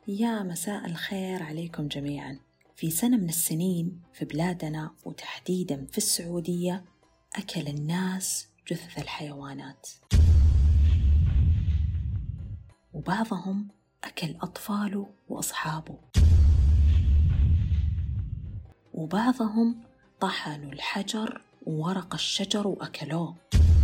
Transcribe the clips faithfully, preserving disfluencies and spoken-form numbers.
يا مساء الخير عليكم جميعا. في سنة من السنين في بلادنا وتحديدا في السعودية أكل الناس جثث الحيوانات، وبعضهم أكل أطفاله وأصحابه، وبعضهم طحنوا الحجر وورق الشجر وأكلوه،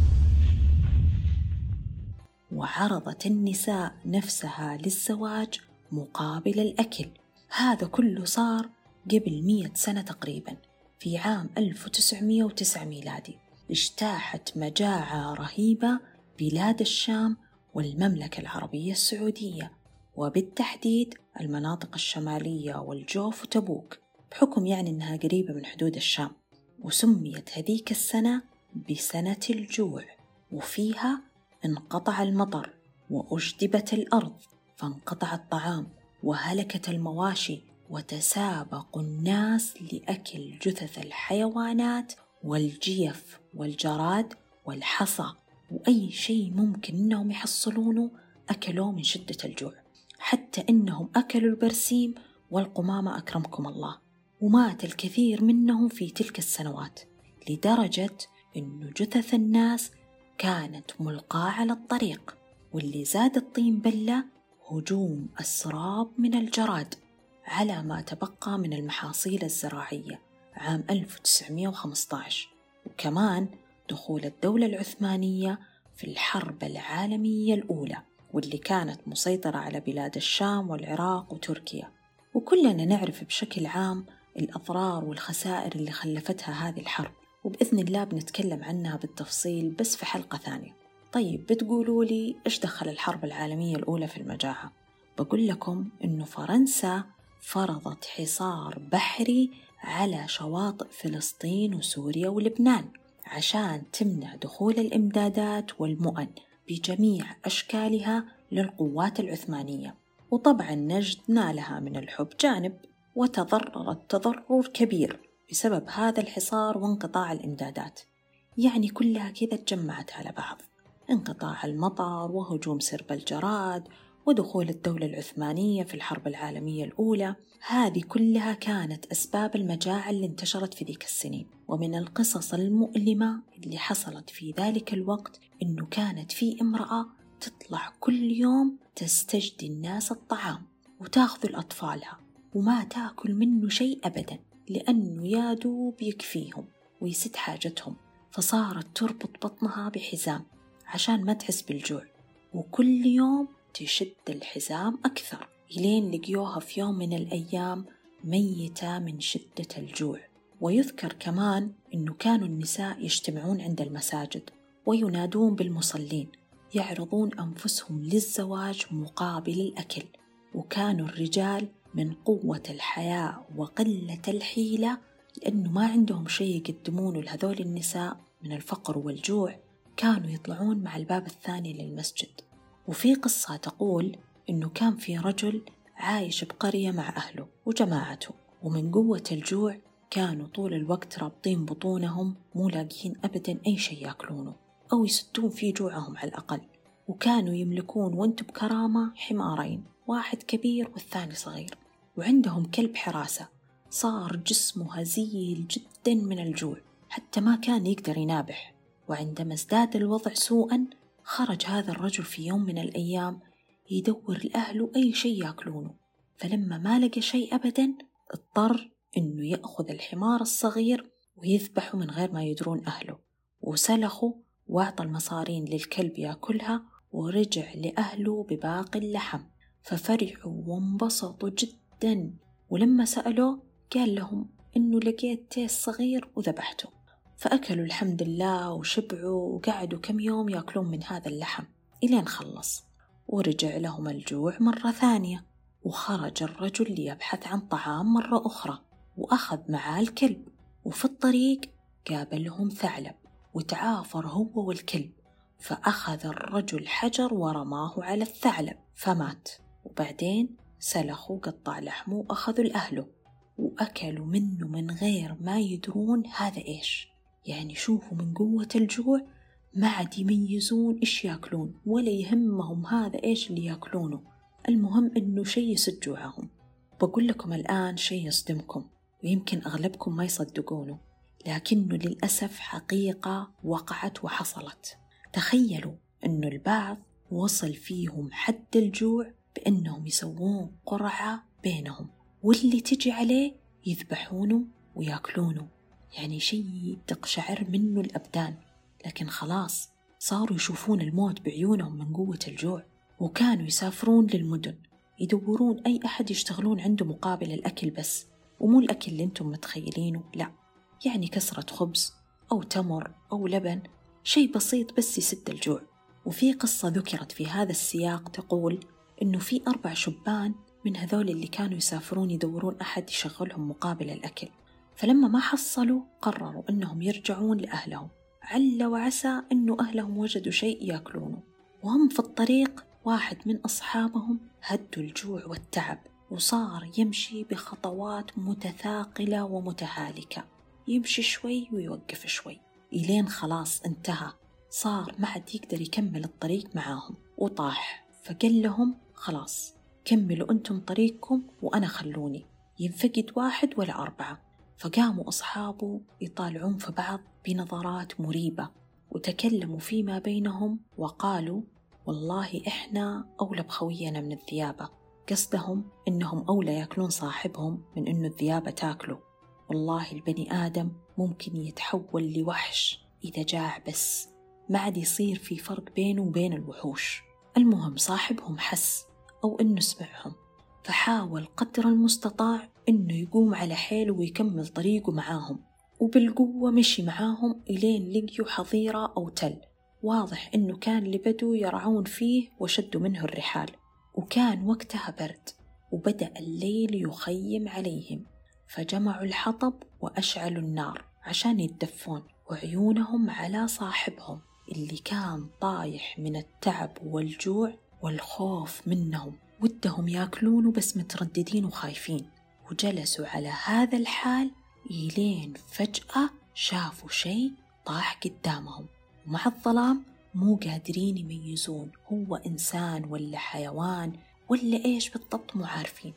وعرضت النساء نفسها للزواج مقابل الأكل. هذا كله صار قبل مئة سنة تقريبا، في عام ألف وتسعمئة وتسعة ميلادي. اجتاحت مجاعة رهيبة بلاد الشام والمملكة العربية السعودية، وبالتحديد المناطق الشمالية والجوف وتبوك، بحكم يعني أنها قريبة من حدود الشام. وسميت هذيك السنة بسنة الجوع، وفيها انقطع المطر وأجدبت الأرض، فانقطع الطعام وهلكت المواشي، وتسابق الناس لأكل جثث الحيوانات والجيف والجراد والحصى وأي شيء ممكن أنهم يحصلونه أكلوه من شدة الجوع، حتى أنهم أكلوا البرسيم والقمامة أكرمكم الله. ومات الكثير منهم في تلك السنوات، لدرجة أن جثث الناس كانت ملقاة على الطريق. واللي زاد الطين بلة هجوم أسراب من الجراد على ما تبقى من المحاصيل الزراعية عام ألف وتسعمئة وخمسة عشر، وكمان دخول الدولة العثمانية في الحرب العالمية الأولى، واللي كانت مسيطرة على بلاد الشام والعراق وتركيا. وكلنا نعرف بشكل عام الأضرار والخسائر اللي خلفتها هذه الحرب، وبإذن الله بنتكلم عنها بالتفصيل بس في حلقة ثانية. طيب بتقولوا لي إيش دخل الحرب العالمية الأولى في المجاعة؟ بقول لكم إنه فرنسا فرضت حصار بحري على شواطئ فلسطين وسوريا ولبنان عشان تمنع دخول الإمدادات والمؤن بجميع أشكالها للقوات العثمانية. وطبعا نجد نالها من الحب جانب، وتضررت تضرر كبير بسبب هذا الحصار وانقطاع الإمدادات. يعني كلها كذا تجمعت على بعض، انقطاع المطر وهجوم سرب الجراد ودخول الدولة العثمانية في الحرب العالمية الأولى. هذه كلها كانت أسباب المجاعة اللي انتشرت في ذيك السنين. ومن القصص المؤلمة اللي حصلت في ذلك الوقت إنه كانت في امرأة تطلع كل يوم تستجدي الناس الطعام وتاخذ الأطفالها، وما تاكل منه شيء أبدا، لأنه يا دوب يكفيهم ويسد حاجتهم. فصارت تربط بطنها بحزام عشان ما تحس بالجوع، وكل يوم تشد الحزام أكثر، إلين لقيوها في يوم من الأيام ميتة من شدة الجوع. ويذكر كمان أنه كانوا النساء يجتمعون عند المساجد وينادون بالمصلين، يعرضون أنفسهم للزواج مقابل الأكل. وكانوا الرجال من قوة الحياء وقلة الحيلة، لأنه ما عندهم شيء يقدمونه لهذول النساء من الفقر والجوع، كانوا يطلعون مع الباب الثاني للمسجد. وفي قصة تقول إنه كان في رجل عايش بقرية مع أهله وجماعته، ومن قوة الجوع كانوا طول الوقت رابطين بطونهم، مو لاقين أبدا أي شيء يأكلونه أو يسدون فيه جوعهم على الأقل. وكانوا يملكون وانت بكرامة حمارين، واحد كبير والثاني صغير، وعندهم كلب حراسة. صار جسمه هزيل جدا من الجوع، حتى ما كان يقدر ينابح. وعندما ازداد الوضع سوءا، خرج هذا الرجل في يوم من الأيام يدور لأهله أي شيء يأكلونه، فلما ما لقى شيء أبدا اضطر إنه يأخذ الحمار الصغير ويذبحه من غير ما يدرون أهله، وسلخه واعطى المصارين للكلب يأكلها، ورجع لأهله بباقي اللحم. ففرحوا وانبسطوا جدا، ولما سألوه قال لهم إنه لقيت تيس صغير وذبحته. فأكلوا الحمد لله وشبعوا، وقعدوا كم يوم يأكلون من هذا اللحم إلين خلص، ورجع لهم الجوع مرة ثانية. وخرج الرجل ليبحث عن طعام مرة أخرى، وأخذ معاه الكلب. وفي الطريق قابلهم ثعلب، وتعافر هو والكلب، فأخذ الرجل حجر ورماه على الثعلب فمات. وبعدين سلخوا قطع لحمه وأخذوا لأهله وأكلوا منه من غير ما يدرون هذا إيش. يعني شوفوا من قوة الجوع ما عاد يميزون إيش يأكلون، ولا يهمهم هذا إيش اللي يأكلونه، المهم إنه شيء يسد جوعهم. بقول لكم الآن شيء يصدمكم ويمكن أغلبكم ما يصدقونه، لكنه للأسف حقيقة وقعت وحصلت. تخيلوا إنه البعض وصل فيهم حد الجوع بأنهم يسوون قرعة بينهم، واللي تجي عليه يذبحونه ويأكلونه. يعني شيء تقشعر منه الأبدان، لكن خلاص صاروا يشوفون الموت بعيونهم من قوة الجوع. وكانوا يسافرون للمدن يدورون أي أحد يشتغلون عنده مقابل الأكل بس، ومو الأكل اللي أنتم متخيلينه، لا، يعني كسرة خبز أو تمر أو لبن، شيء بسيط بس يسد الجوع. وفي قصة ذكرت في هذا السياق تقول إنه في أربع شبان من هذول اللي كانوا يسافرون يدورون أحد يشغلهم مقابل الأكل، فلما ما حصلوا قرروا أنهم يرجعون لأهلهم، عل وعسى أنه أهلهم وجدوا شيء يأكلونه. وهم في الطريق واحد من أصحابهم هدوا الجوع والتعب وصار يمشي بخطوات متثاقلة ومتهالكة، يمشي شوي ويوقف شوي إلين خلاص انتهى، صار ما حد يقدر يكمل الطريق معاهم وطاح. فقال لهم خلاص كملوا أنتم طريقكم وأنا خلوني، ينفقد واحد ولا أربعة. فقاموا أصحابه يطالعون في بعض بنظرات مريبة وتكلموا فيما بينهم وقالوا والله إحنا أولى بخوينا من الذيابة، قصدهم إنهم أولى يأكلون صاحبهم من إنه الذيابة تاكله. والله البني آدم ممكن يتحول لوحش إذا جاع، بس ما عاد يصير في فرق بينه وبين الوحوش. المهم صاحبهم حس أو إنه سمعهم، فحاول قدر المستطاع إنه يقوم على حيله ويكمل طريقه معاهم، وبالقوة مشي معاهم إلين لقيوا حظيرة أو تل، واضح إنه كان لبدو يرعون فيه وشدوا منه الرحال. وكان وقتها برد وبدأ الليل يخيم عليهم، فجمعوا الحطب وأشعلوا النار عشان يتدفون، وعيونهم على صاحبهم اللي كان طايح من التعب والجوع والخوف منهم، ودهم ياكلونه بس مترددين وخايفين. وجلسوا على هذا الحال إلين فجأة شافوا شيء طاح قدامهم، ومع الظلام مو قادرين يميزون هو إنسان ولا حيوان ولا إيش بالضبط، مو عارفين.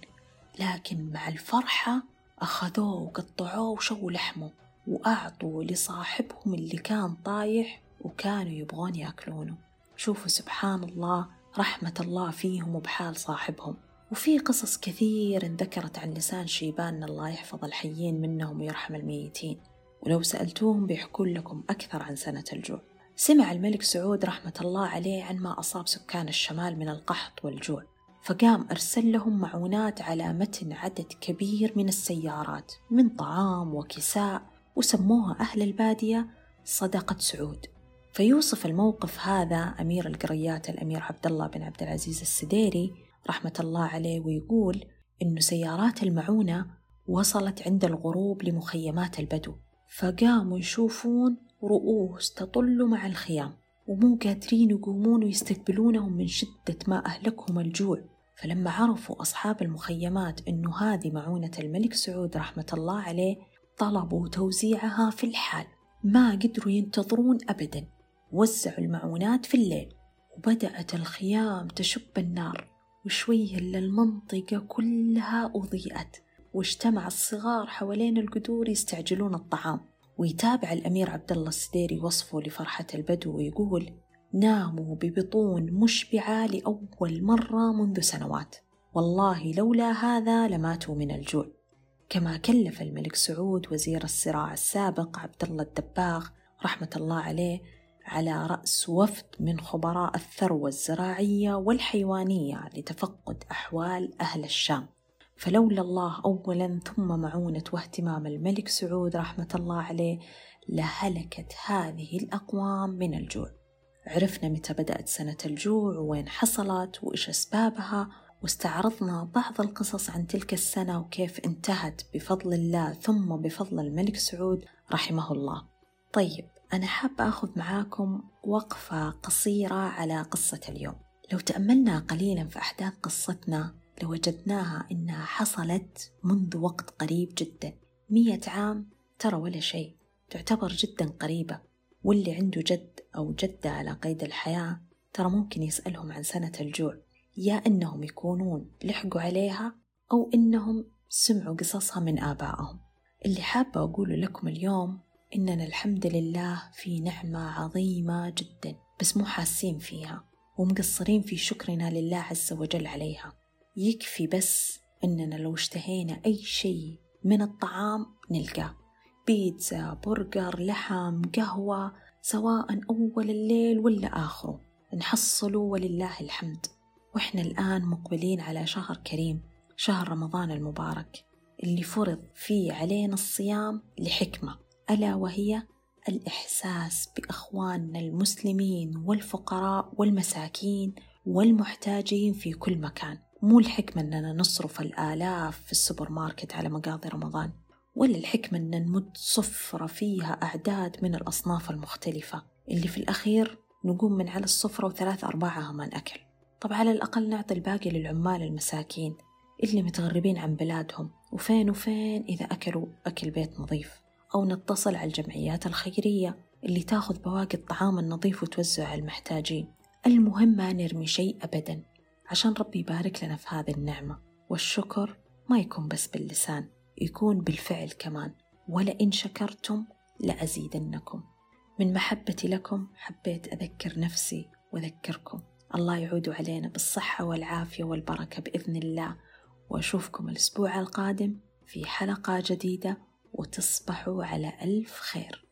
لكن مع الفرحة أخذوه وقطعوه وشووا لحمه وأعطوا لصاحبهم اللي كان طايح وكانوا يبغون يأكلونه. شوفوا سبحان الله، رحمة الله فيهم وبحال صاحبهم. وفي قصص كثير انذكرت عن لسان شيبان، الله يحفظ الحيين منهم ويرحم الميتين، ولو سألتوهم بيحكون لكم أكثر عن سنة الجوع. سمع الملك سعود رحمة الله عليه عن ما أصاب سكان الشمال من القحط والجوع، فقام أرسل لهم معونات على متن عدد كبير من السيارات من طعام وكساء، وسموها أهل البادية صدقة سعود. فيوصف الموقف هذا أمير القريات الأمير عبد الله بن عبد العزيز السديري رحمة الله عليه، ويقول إنه سيارات المعونة وصلت عند الغروب لمخيمات البدو، فقاموا يشوفون رؤوس تطل مع الخيام ومو قادرين يقومون ويستقبلونهم من شدة ما أهلكهم الجوع. فلما عرفوا أصحاب المخيمات إنه هذه معونة الملك سعود رحمة الله عليه، طلبوا توزيعها في الحال، ما قدروا ينتظرون أبدا. وزعوا المعونات في الليل، وبدأت الخيام تشب النار، وشوية للمنطقة كلها أضيئت، واجتمع الصغار حوالين القدور يستعجلون الطعام. ويتابع الأمير عبد الله السديري وصفه لفرحة البدو ويقول: ناموا ببطون مشبعة لأول مرة منذ سنوات، والله لولا هذا لماتوا من الجوع. كما كلف الملك سعود وزير الزراعة السابق عبد الله الدباغ رحمة الله عليه على رأس وفد من خبراء الثروة الزراعية والحيوانية لتفقد أحوال أهل الشام. فلولا الله أولا ثم معونة واهتمام الملك سعود رحمة الله عليه لهلكت هذه الأقوام من الجوع. عرفنا متى بدأت سنة الجوع وين حصلت وإيش أسبابها، واستعرضنا بعض القصص عن تلك السنة وكيف انتهت بفضل الله ثم بفضل الملك سعود رحمه الله. طيب، أنا حابة أخذ معاكم وقفة قصيرة على قصة اليوم. لو تأملنا قليلا في أحداث قصتنا لوجدناها إنها حصلت منذ وقت قريب جدا. مية عام ترى ولا شيء، تعتبر جدا قريبة. واللي عنده جد أو جدة على قيد الحياة ترى ممكن يسألهم عن سنة الجوع، يا إنهم يكونون لحقوا عليها أو إنهم سمعوا قصصها من آبائهم. اللي حابة أقوله لكم اليوم إننا الحمد لله في نعمة عظيمة جدا، بس مو حاسين فيها ومقصرين في شكرنا لله عز وجل عليها. يكفي بس إننا لو اشتهينا أي شيء من الطعام نلقاه، بيتزا، برجر، لحم، قهوة، سواء أول الليل ولا آخره نحصله ولله الحمد. وإحنا الآن مقبلين على شهر كريم، شهر رمضان المبارك، اللي فرض فيه علينا الصيام لحكمة، ألا وهي الإحساس بأخواننا المسلمين والفقراء والمساكين والمحتاجين في كل مكان. مو الحكمة أننا نصرف الآلاف في السوبر ماركت على مقاضي رمضان، ولا الحكمة أن نمد صفرة فيها أعداد من الأصناف المختلفة اللي في الأخير نقوم من على الصفرة وثلاث أرباعها من أكل. طب على الأقل نعطي الباقي للعمال المساكين اللي متغربين عن بلادهم، وفين وفين إذا أكلوا أكل بيت نظيف. أو نتصل على الجمعيات الخيرية اللي تاخذ بواقي الطعام النظيف وتوزع على المحتاجين. المهم ما نرمي شيء أبدا، عشان ربي يبارك لنا في هذه النعمة. والشكر ما يكون بس باللسان، يكون بالفعل كمان. ولئن شكرتم لأزيدنكم. من محبتي لكم حبيت أذكر نفسي وأذكركم. الله يعود علينا بالصحة والعافية والبركة بإذن الله، وأشوفكم الأسبوع القادم في حلقة جديدة، وتصبحوا على ألف خير.